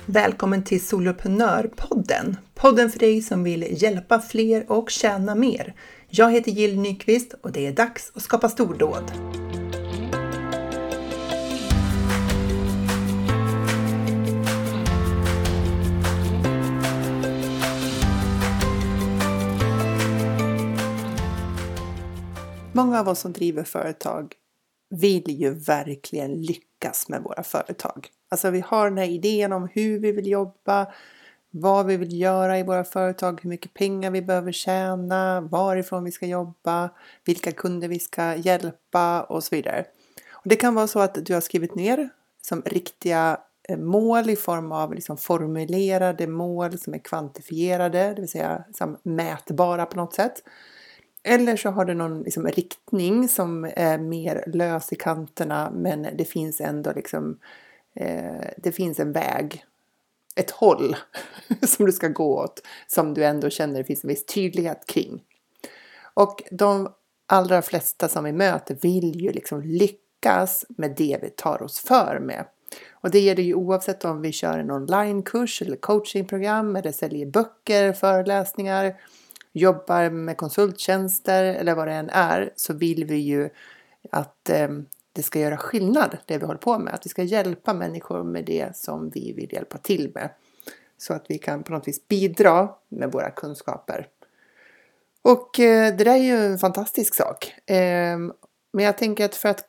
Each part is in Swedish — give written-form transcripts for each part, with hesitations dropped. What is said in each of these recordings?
Välkommen till Soloprenörpodden. Podden för dig som vill hjälpa fler och tjäna mer. Jag heter Jill Nyqvist och det är dags att skapa stordåd. Många av oss som driver företag vill ju verkligen lyckas med våra företag. Alltså vi har den här idén om hur vi vill jobba, vad vi vill göra i våra företag, hur mycket pengar vi behöver tjäna, varifrån vi ska jobba, vilka kunder vi ska hjälpa och så vidare. Och det kan vara så att du har skrivit ner som riktiga mål i form av liksom formulerade mål som är kvantifierade, det vill säga som mätbara på något sätt. Eller så har du någon liksom riktning som är mer lös i kanterna, men det finns ändå liksom, det finns en väg, ett håll som du ska gå åt, som du ändå känner det finns en viss tydlighet kring. Och de allra flesta som vi möter vill ju liksom lyckas med det vi tar oss för med. Och det gäller ju oavsett om vi kör en onlinekurs eller coachingprogram eller säljer böcker, föreläsningar, jobbar med konsulttjänster eller vad det än är, så vill vi ju att det ska göra skillnad det vi håller på med. Att vi ska hjälpa människor med det som vi vill hjälpa till med. Så att vi kan på något vis bidra med våra kunskaper. Och det där är ju en fantastisk sak. Men jag tänker att för att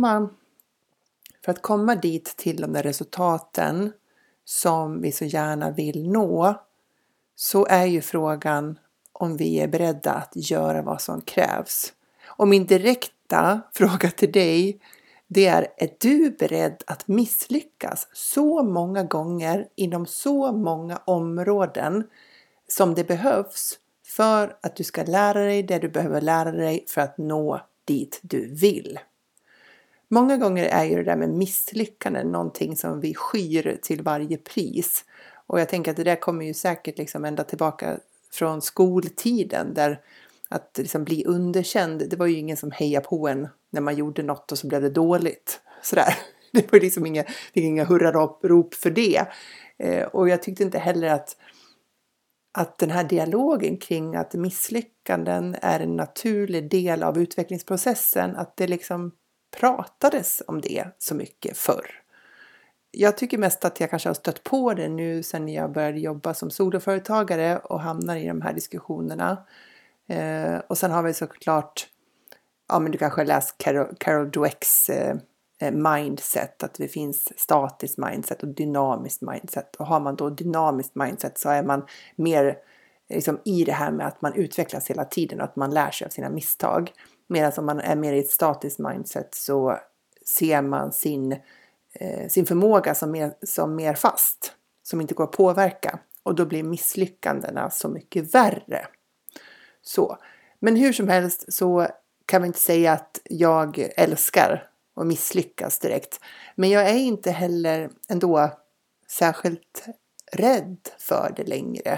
komma dit till de där resultaten som vi så gärna vill nå, så är ju frågan om vi är beredda att göra vad som krävs. Och min direkta fråga till dig, det är du beredd att misslyckas så många gånger inom så många områden som det behövs för att du ska lära dig det du behöver lära dig för att nå dit du vill? Många gånger är ju det där med misslyckande någonting som vi skyr till varje pris. Och jag tänker att det där kommer ju säkert liksom ända tillbaka från skoltiden, där att liksom bli underkänd, det var ju ingen som hejade på en när man gjorde något och så blev det dåligt. Sådär. Det var liksom inga hurrarop för det. Och jag tyckte inte heller att den här dialogen kring att misslyckanden är en naturlig del av utvecklingsprocessen, att det liksom pratades om det så mycket förr. Jag tycker mest att jag kanske har stött på det nu sedan jag började jobba som soloföretagare och hamnar i de här diskussionerna. Och sen har vi såklart, ja men du kanske har läst Carol Dwecks mindset, att det finns statiskt mindset och dynamiskt mindset. Och har man då dynamiskt mindset så är man mer liksom i det här med att man utvecklas hela tiden och att man lär sig av sina misstag. Medan om man är mer i ett statiskt mindset så ser man sin förmåga som mer fast, som inte går att påverka, och då blir misslyckandena så mycket värre. Så. Men hur som helst så kan vi inte säga att jag älskar att misslyckas direkt, men jag är inte heller ändå särskilt rädd för det längre.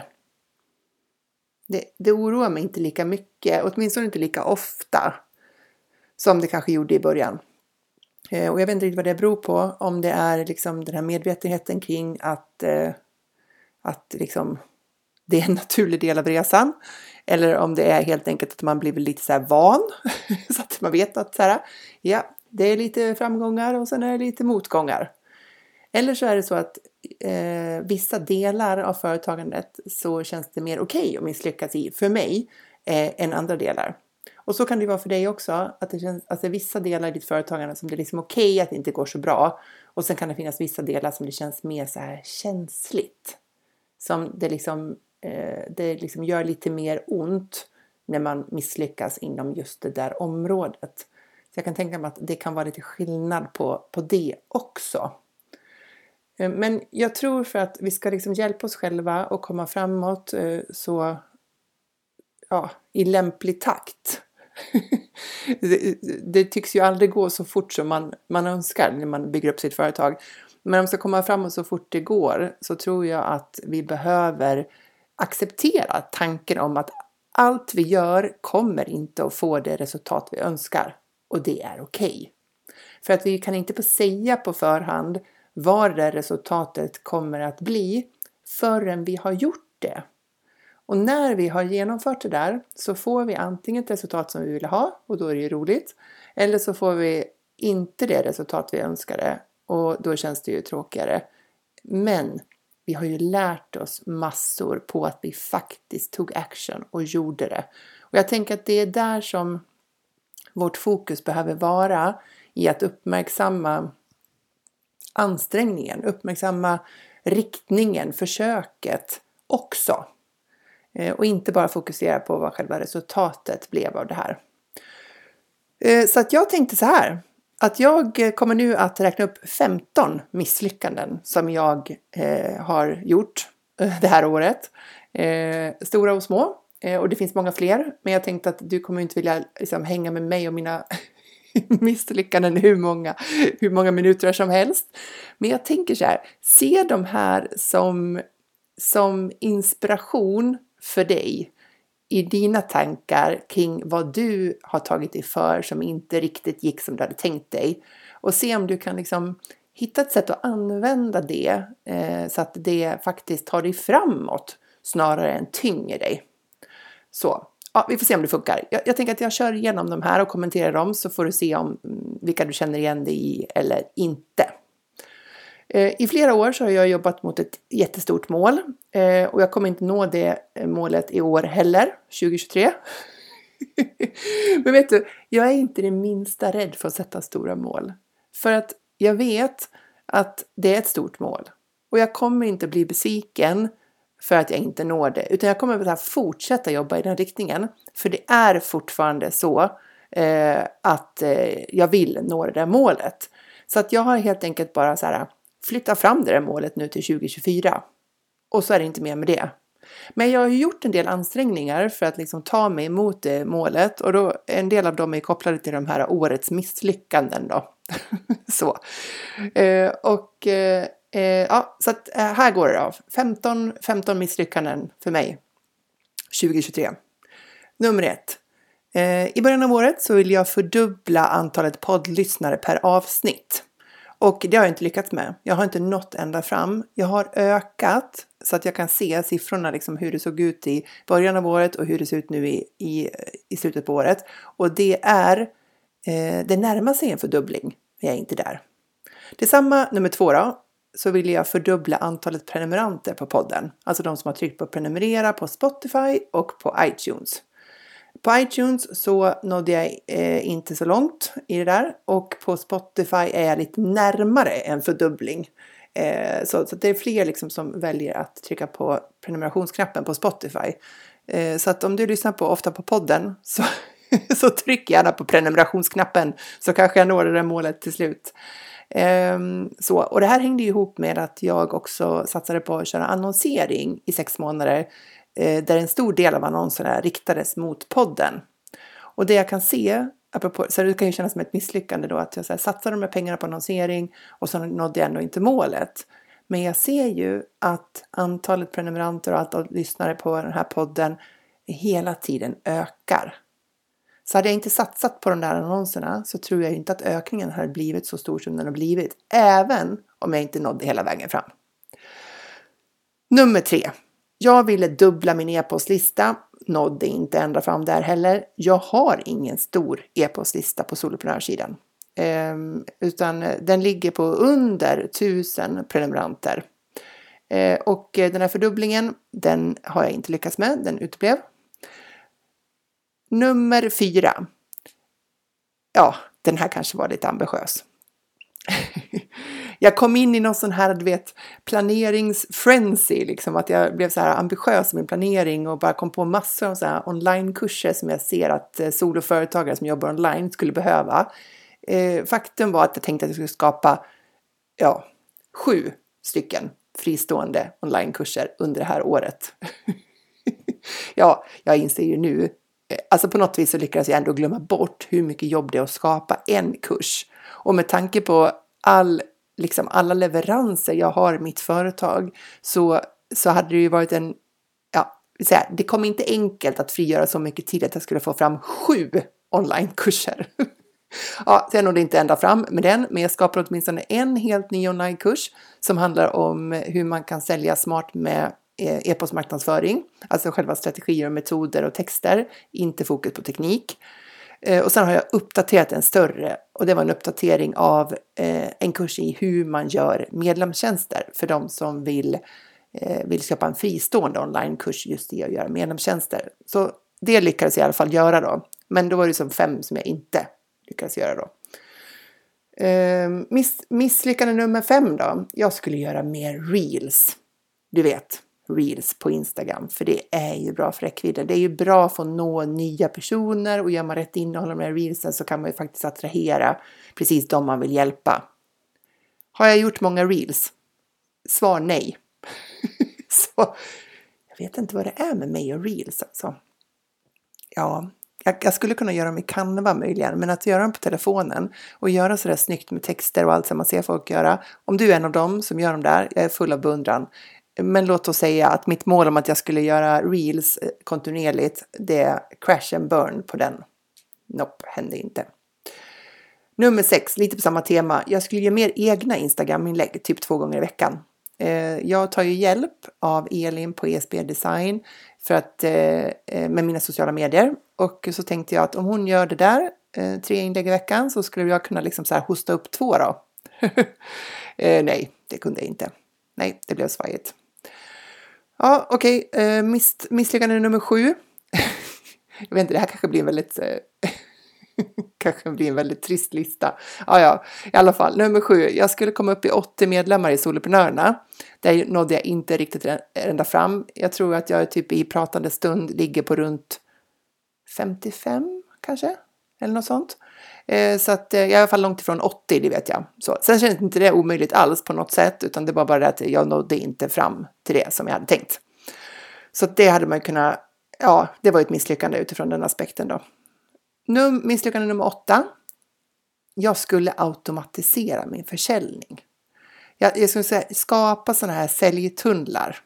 Det oroar mig inte lika mycket, åtminstone inte lika ofta som det kanske gjorde i början. Och jag vet inte riktigt vad det beror på. Om det är liksom den här medvetenheten kring att liksom det är en naturlig del av resan. Eller om det är helt enkelt att man blir lite så här van. Så att man vet att så här, ja, det är lite framgångar och sen är det lite motgångar. Eller så är det så att vissa delar av företagandet så känns det mer okej att misslyckas i för mig än andra delar. Och så kan det vara för dig också, att det känns, alltså vissa delar i ditt företagande som det är liksom okej att det inte går så bra. Och sen kan det finnas vissa delar som det känns mer så här känsligt. Som det liksom gör lite mer ont när man misslyckas inom just det där området. Så jag kan tänka mig att det kan vara lite skillnad på det också. Men jag tror för att vi ska liksom hjälpa oss själva och komma framåt så i lämplig takt. Det tycks ju aldrig gå så fort som man önskar när man bygger upp sitt företag. Men om vi ska komma framåt så fort det går, så tror jag att vi behöver acceptera tanken om att allt vi gör kommer inte att få det resultat vi önskar. Och det är okej. För att vi kan inte få säga på förhand vad det resultatet kommer att bli förrän vi har gjort det. Och när vi har genomfört det där så får vi antingen ett resultat som vi vill ha och då är det ju roligt. Eller så får vi inte det resultat vi önskade och då känns det ju tråkigare. Men vi har ju lärt oss massor på att vi faktiskt tog action och gjorde det. Och jag tänker att det är där som vårt fokus behöver vara i att uppmärksamma ansträngningen, uppmärksamma riktningen, försöket också. Och inte bara fokusera på vad själva resultatet blev av det här. Så att jag tänkte så här, att jag kommer nu att räkna upp 15 misslyckanden som jag har gjort det här året. Stora och små. Och det finns många fler. Men jag tänkte att du kommer inte vilja liksom hänga med mig och mina misslyckanden hur många minuter som helst. Men jag tänker så här, se de här som inspiration för dig i dina tankar kring vad du har tagit dig för som inte riktigt gick som du hade tänkt dig. Och se om du kan liksom hitta ett sätt att använda det så att det faktiskt tar dig framåt snarare än tynger dig. Så, ja, vi får se om det funkar. Jag tänker att jag kör igenom de här och kommenterar dem så får du se om vilka du känner igen dig i eller inte. I flera år så har jag jobbat mot ett jättestort mål och jag kommer inte nå det målet i år heller, 2023. Men vet du, jag är inte det minsta rädd för att sätta stora mål. För att jag vet att det är ett stort mål. Och jag kommer inte bli besviken för att jag inte når det. Utan jag kommer att fortsätta jobba i den riktningen. För det är fortfarande så att jag vill nå det där målet. Så att jag har helt enkelt bara så här flytta fram det där målet nu till 2024. Och så är det inte mer med det. Men jag har gjort en del ansträngningar för att liksom ta mig emot det målet. Och då, en del av dem är kopplade till de här årets misslyckanden då. Så. Så att här går det då. 15 misslyckanden för mig 2023. Nummer 1. I början av året så vill jag fördubbla antalet poddlyssnare per avsnitt. Och det har jag inte lyckats med. Jag har inte nått ända fram. Jag har ökat så att jag kan se siffrorna liksom hur det såg ut i början av året och hur det ser ut nu i slutet på året. Och det närmar sig en fördubbling. Men jag är inte där. Detsamma nummer 2 då. Så vill jag fördubbla antalet prenumeranter på podden. Alltså de som har tryckt på prenumerera på Spotify och på iTunes. På iTunes så nådde jag inte så långt i det där. Och på Spotify är jag lite närmare en fördubbling. Så det är fler liksom som väljer att trycka på prenumerationsknappen på Spotify. Så att om du lyssnar ofta på podden så tryck gärna på prenumerationsknappen. Så kanske jag når det där målet till slut. Och det här hängde ihop med att jag också satsade på att köra annonsering i 6 månader. Där en stor del av annonserna riktades mot podden. Och det jag kan se, så det kan ju kännas som ett misslyckande då att jag satsade de här pengarna på annonsering och så nådde jag ändå inte målet. Men jag ser ju att antalet prenumeranter och antalet lyssnare på den här podden hela tiden ökar. Så hade jag inte satsat på de där annonserna så tror jag inte att ökningen hade blivit så stor som den har blivit. Även om jag inte nådde hela vägen fram. Nummer 3. Jag ville dubbla min e-postlista. Nådde inte ända fram där heller. Jag har ingen stor e-postlista på Soloprenörsidan. Utan den ligger på under 1000 prenumeranter. Och den här fördubblingen, den har jag inte lyckats med. Den uteblev. Nummer 4. Ja, den här kanske var lite ambitiös. Jag kom in i någon sån här, planeringsfrenzy, liksom att jag blev så här ambitiös med planering och bara kom på massor av så här onlinekurser som jag ser att soloföretagare som jobbar online skulle behöva. Faktum var att jag tänkte att jag skulle skapa 7 stycken fristående onlinekurser under det här året. Ja, jag inser ju nu, alltså på något vis så lyckades jag ändå glömma bort hur mycket jobb det är att skapa en kurs. Och med tanke på alla leveranser jag har i mitt företag så hade det ju varit det kom inte enkelt att frigöra så mycket tid att jag skulle få fram 7 onlinekurser. Ja, så jag nådde inte ända fram med den, men jag skapade åtminstone en helt ny onlinekurs som handlar om hur man kan sälja smart med e-postmarknadsföring. Alltså själva strategier och metoder och texter, inte fokus på teknik. Och sen har jag uppdaterat en större, och det var en uppdatering av en kurs i hur man gör medlemstjänster för de som vill köpa en fristående onlinekurs just i att göra medlemstjänster. Så det lyckades jag i alla fall göra då. Men då var det som 5 som jag inte lyckades göra då. Misslyckande nummer 5 då. Jag skulle göra mer reels. Du vet, reels på Instagram. För det är ju bra för räckvidden. Det är ju bra för att nå nya personer. Och gör man rätt innehåll med reelsen så kan man ju faktiskt attrahera precis de man vill hjälpa. Har jag gjort många reels? Svar nej. Så jag vet inte vad det är med mig och reels alltså. Ja, jag skulle kunna göra dem i Canva möjligen, men att göra dem på telefonen och göra sådär snyggt med texter och allt som man ser folk göra. Om du är en av dem som gör dem där, jag är full av beundran. Men låt oss säga att mitt mål om att jag skulle göra reels kontinuerligt, det är crash and burn på den. Nope, hände inte. Nummer 6, lite på samma tema. Jag skulle göra mer egna Instagram-inlägg, typ 2 gånger i veckan. Jag tar ju hjälp av Elin på ESB Design med mina sociala medier. Och så tänkte jag att om hon gör det där 3 inlägg i veckan så skulle jag kunna liksom så här hosta upp 2 då. Nej, det kunde jag inte. Nej, det blev svajigt. Ja, okej. Misslyckande nummer 7. Jag vet inte, det här kanske blir en väldigt trist lista. Ja, i alla fall. Nummer 7. Jag skulle komma upp i 80 medlemmar i Soloprenörerna. Där nådde jag inte riktigt ända fram. Jag tror att jag typ i pratande stund ligger på runt 55 kanske. Eller något sånt. Så att jag är i alla fall långt ifrån 80, det vet jag. Så, sen känns inte det omöjligt alls på något sätt. Utan det var bara det att jag nådde inte fram till det som jag hade tänkt. Så det hade man kunnat... Ja, det var ett misslyckande utifrån den aspekten då. Misslyckande nummer 8. Jag skulle automatisera min försäljning. Jag skulle säga, skapa sådana här säljtunnlar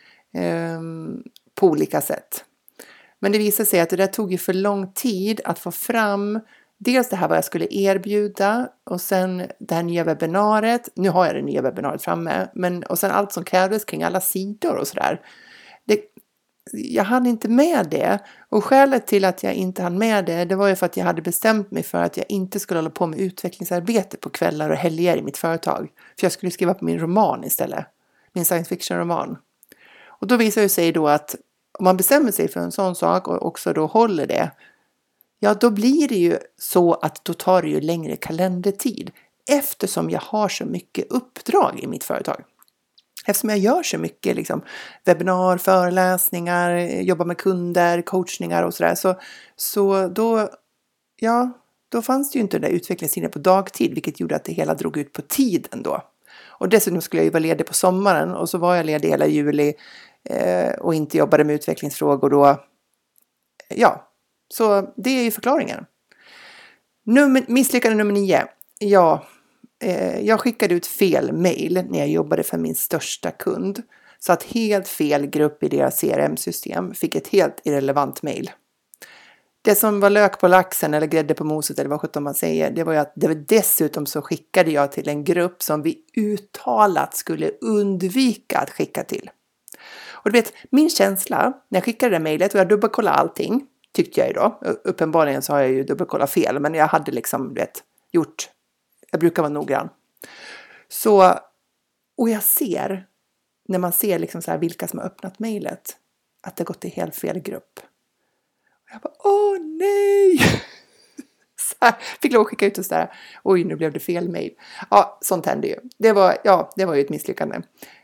på olika sätt. Men det visade sig att det där tog ju för lång tid att få fram dels det här vad jag skulle erbjuda och sen det här nya webbinariet. Nu har jag det nya webbinariet framme. Och sen allt som krävdes kring alla sidor och sådär. Jag hade inte med det, och skälet till att jag inte hann med det var ju för att jag hade bestämt mig för att jag inte skulle hålla på med utvecklingsarbete på kvällar och helger i mitt företag. För jag skulle skriva på min roman istället, min science fiction-roman. Och då visar det sig då att om man bestämmer sig för en sån sak och också då håller det, ja då blir det ju så att då tar det ju längre kalendertid eftersom jag har så mycket uppdrag i mitt företag. Eftersom jag gör så mycket liksom, webbinar, föreläsningar, jobbar med kunder, coachningar och sådär. Så då fanns det ju inte den där utvecklingstiden på dagtid, vilket gjorde att det hela drog ut på tiden då. Och dessutom skulle jag ju vara ledig på sommaren, och så var jag ledig hela juli och inte jobbade med utvecklingsfrågor då. Ja, så det är ju förklaringen. Misslyckande nummer 9. Ja. Jag skickade ut fel mail när jag jobbade för min största kund. Så att helt fel grupp i deras CRM-system fick ett helt irrelevant mail. Det som var lök på laxen eller grädde på moset eller vad sjutton man säger, det var ju att dessutom så skickade jag till en grupp som vi uttalat skulle undvika att skicka till. Och du vet, min känsla när jag skickade det mejlet, och jag dubbelkollade allting, tyckte jag ju då. Uppenbarligen så har jag ju dubbelkollat fel, men jag hade liksom, jag brukar vara noggrann. Så, och jag ser, när man ser liksom så här vilka som har öppnat mejlet, att det har gått till helt fel grupp. Och jag bara, åh nej! Så här, fick lov att skicka ut och sådär, oj nu blev det fel mejl. Ja, sånt hände ju. Det var ju ett misslyckande.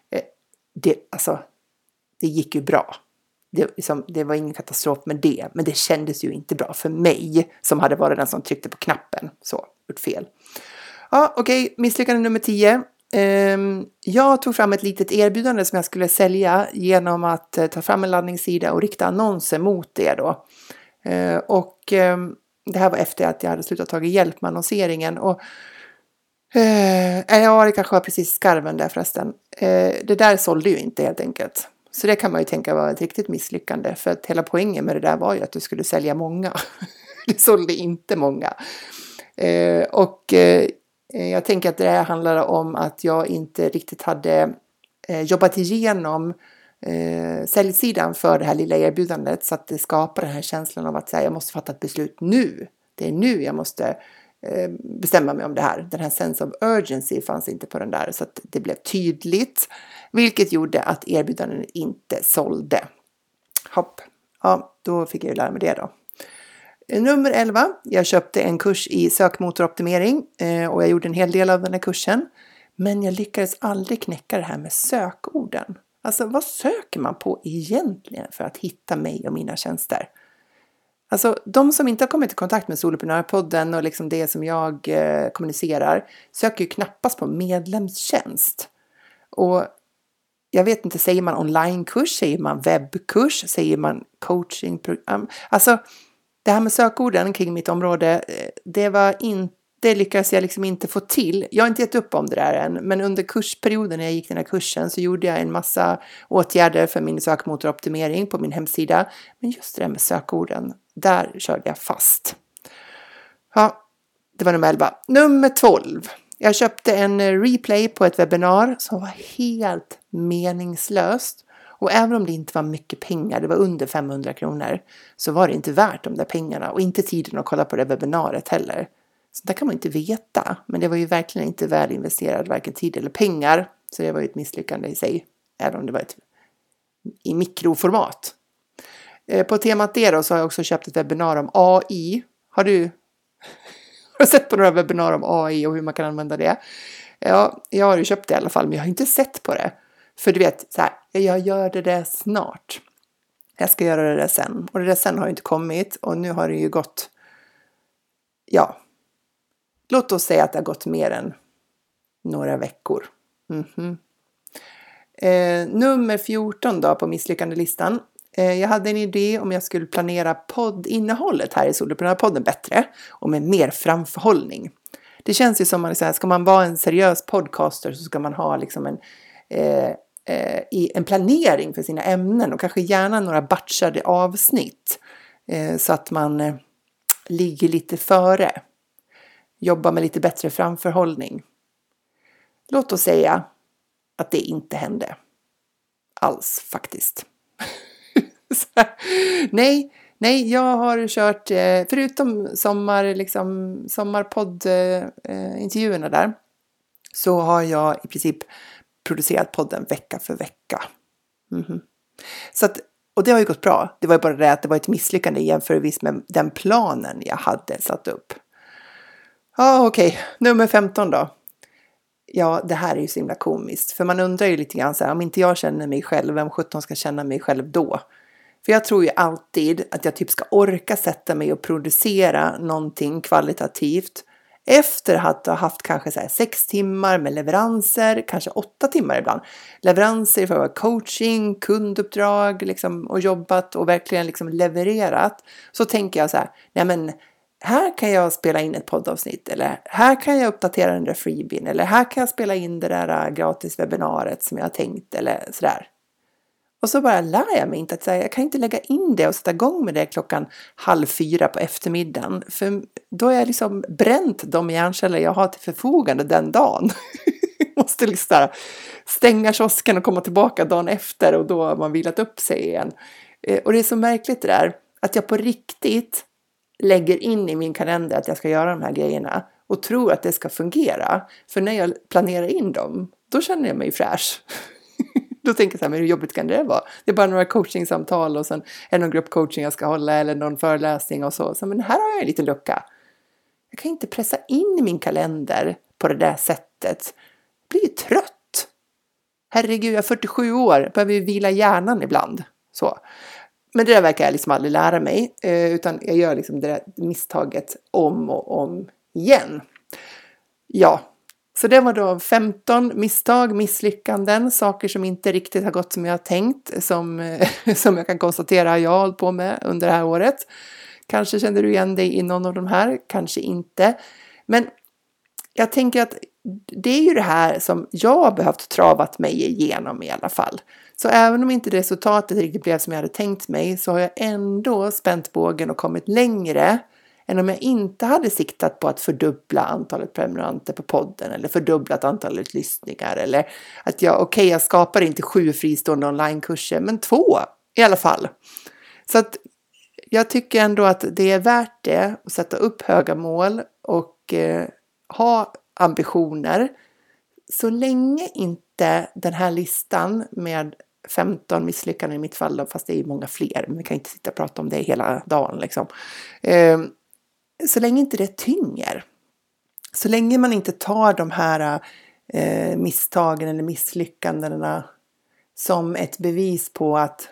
Det gick ju bra. Det var ingen katastrof med det, men det kändes ju inte bra för mig som hade varit den som tryckte på knappen. Så, gjort fel. Ja, okej. Misslyckande nummer 10. Jag tog fram ett litet erbjudande som jag skulle sälja genom att ta fram en laddningssida och rikta annonser mot det då. Det här var efter att jag hade slutat ta hjälp med annonseringen. Det kanske var precis skarven där förresten. Det där sålde ju inte helt enkelt. Så det kan man ju tänka var ett riktigt misslyckande. För att hela poängen med det där var ju att du skulle sälja många. Det sålde inte många. Jag tänker att det här handlar om att jag inte riktigt hade jobbat igenom säljsidan för det här lilla erbjudandet, så att det skapar den här känslan av att säga, jag måste fatta ett beslut nu. Det är nu jag måste bestämma mig om det här. Den här sense of urgency fanns inte på den där, så att det blev tydligt, vilket gjorde att erbjudanden inte sålde. Hopp. Ja, då fick jag ju lära mig det då. Nummer 11. Jag köpte en kurs i sökmotoroptimering och jag gjorde en hel del av den här kursen. Men jag lyckades aldrig knäcka det här med sökorden. Alltså, vad söker man på egentligen för att hitta mig och mina tjänster? Alltså, de som inte har kommit i kontakt med Soloprenörpodden och liksom det som jag kommunicerar söker ju knappast på medlemstjänst. Och jag vet inte, säger man onlinekurs, säger man webbkurs, säger man coachingprogram? Alltså, det här med sökorden kring mitt område, det lyckades jag liksom inte få till. Jag har inte gett upp om det där än, men under kursperioden när jag gick den här kursen så gjorde jag en massa åtgärder för min sökmotoroptimering på min hemsida. Men just det där med sökorden, där körde jag fast. Ja, det var nummer 11. Nummer 12. Jag köpte en replay på ett webbinar som var helt meningslöst. Och även om det inte var mycket pengar, det var under 500 kronor, så var det inte värt de där pengarna och inte tiden att kolla på det webbinariet heller. Så där kan man inte veta, men det var ju verkligen inte väl investerad varken tid eller pengar, så det var ju ett misslyckande i sig, även om det var i mikroformat. På temat det då så har jag också köpt ett webbinar om AI. Har du sett på några webbinar om AI och hur man kan använda det? Ja, jag har ju köpt det i alla fall, men jag har inte sett på det. För du vet, så här, jag gör det där snart. Jag ska göra det där sen. Och det där sen har ju inte kommit. Och nu har det ju gått, ja, låt oss säga att det har gått mer än några veckor. Nummer 14 då på misslyckandelistan. Jag hade en idé om jag skulle planera poddinnehållet här i Soloprenörpodden bättre och med mer framförhållning. Det känns ju som att ska man vara en seriös podcaster så ska man ha liksom en planering för sina ämnen och kanske gärna några batchade avsnitt så att man ligger lite före. Jobbar med lite bättre framförhållning. Låt oss säga att det inte hände alls faktiskt. Nej, jag har kört, förutom sommarpoddintervjuerna där, så har jag i princip producerat podden vecka för vecka. Så att, och det har ju gått bra. Det var ju bara det att det var ett misslyckande jämförvis med den planen jag hade satt upp. Ja, okej. Nummer 15 då. Ja, det här är ju så himla komiskt. För man undrar ju lite grann så här, om inte jag känner mig själv, vem 17 ska känna mig själv då? För jag tror ju alltid att jag typ ska orka sätta mig och producera någonting kvalitativt efter att ha haft kanske så här 6 timmar med leveranser, kanske 8 timmar ibland. Leveranser för coaching, kunduppdrag liksom, och jobbat och verkligen liksom levererat. Så tänker jag så här, nej men här kan jag spela in ett poddavsnitt, eller här kan jag uppdatera den där freebien, eller här kan jag spela in det där gratis webbinariet som jag har tänkt, eller sådär. Och så bara lär jag mig inte att säga, jag kan inte lägga in det och sätta igång med det 3:30 på eftermiddagen. För då är jag liksom bränt de hjärnceller jag har till förfogande den dagen. Måste liksom stänga kiosken och komma tillbaka dagen efter och då har man vilat upp sig igen. Och det är så märkligt det där, att jag på riktigt lägger in i min kalender att jag ska göra de här grejerna och tror att det ska fungera. För när jag planerar in dem, då känner jag mig fräsch. Då tänker jag så här, men hur jobbigt kan det vara? Det är bara några coachingsamtal och sen är det någon gruppcoaching jag ska hålla eller någon föreläsning och så. Men här har jag en liten lucka. Jag kan inte pressa in i min kalender på det där sättet. Jag blir ju trött. Herregud, jag är 47 år. Behöver ju vila hjärnan ibland. Så. Men det där verkar jag liksom aldrig lära mig. Utan jag gör liksom det där misstaget om och om igen. Ja. Så det var då 15 misstag, misslyckanden, saker som inte riktigt har gått som jag har tänkt, som jag kan konstatera jag har hållit på med under det här året. Kanske känner du igen dig i någon av de här, kanske inte. Men jag tänker att det är ju det här som jag har behövt travat mig igenom i alla fall. Så även om inte resultatet riktigt blev som jag hade tänkt mig så har jag ändå spänt bågen och kommit längre än om jag inte hade siktat på att fördubbla antalet prenumeranter på podden eller fördubblat antalet lyssningar, eller att jag skapar inte 7 fristående onlinekurser men 2 i alla fall. Så att jag tycker ändå att det är värt det att sätta upp höga mål och ha ambitioner, så länge inte den här listan med 15 misslyckanden i mitt fall då, fast det är många fler, men vi kan inte sitta och prata om det hela dagen liksom. Så länge inte det tynger, så länge man inte tar de här misstagen eller misslyckandena som ett bevis på att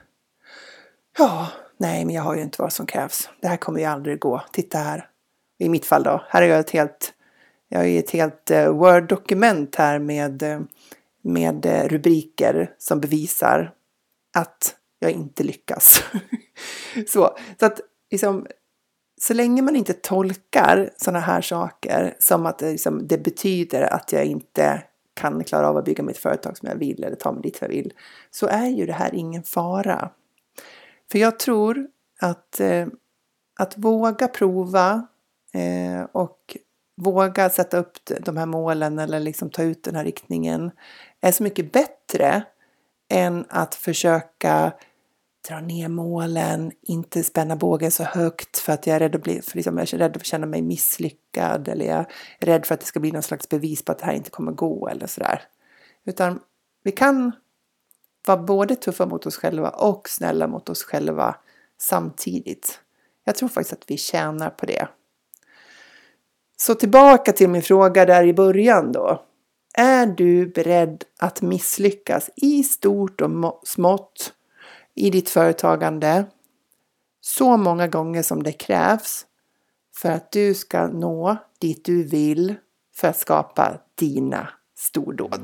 men jag har ju inte vad som krävs, det här kommer ju aldrig gå, titta här. I mitt fall då, här är jag ett helt Word-dokument här med rubriker som bevisar att jag inte lyckas. så att liksom, så länge man inte tolkar sådana här saker som att det betyder att jag inte kan klara av att bygga mitt företag som jag vill eller ta mig dit jag vill, så är ju det här ingen fara. För jag tror att våga prova och våga sätta upp de här målen eller liksom ta ut den här riktningen är så mycket bättre än att försöka dra ner målen, inte spänna bågen så högt för att jag är rädd jag är rädd att känna mig misslyckad, eller jag är rädd för att det ska bli någon slags bevis på att det här inte kommer gå eller sådär. Utan vi kan vara både tuffa mot oss själva och snälla mot oss själva samtidigt. Jag tror faktiskt att vi tjänar på det. Så tillbaka till min fråga där i början då. Är du beredd att misslyckas i stort och smått i ditt företagande så många gånger som det krävs för att du ska nå dit du vill för att skapa dina stordåd?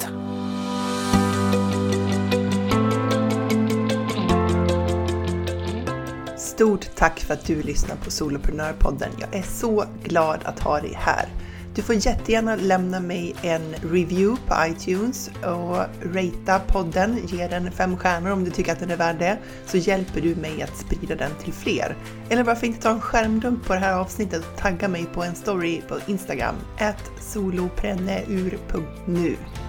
Stort tack för att du lyssnar på Soloprenörpodden. Jag är så glad att ha dig här. Du får jättegärna lämna mig en review på iTunes och ratea podden. Ge den 5 stjärnor om du tycker att den är värd det. Så hjälper du mig att sprida den till fler. Eller varför inte ta en skärmdump på det här avsnittet och tagga mig på en story på Instagram @solopreneur.nu.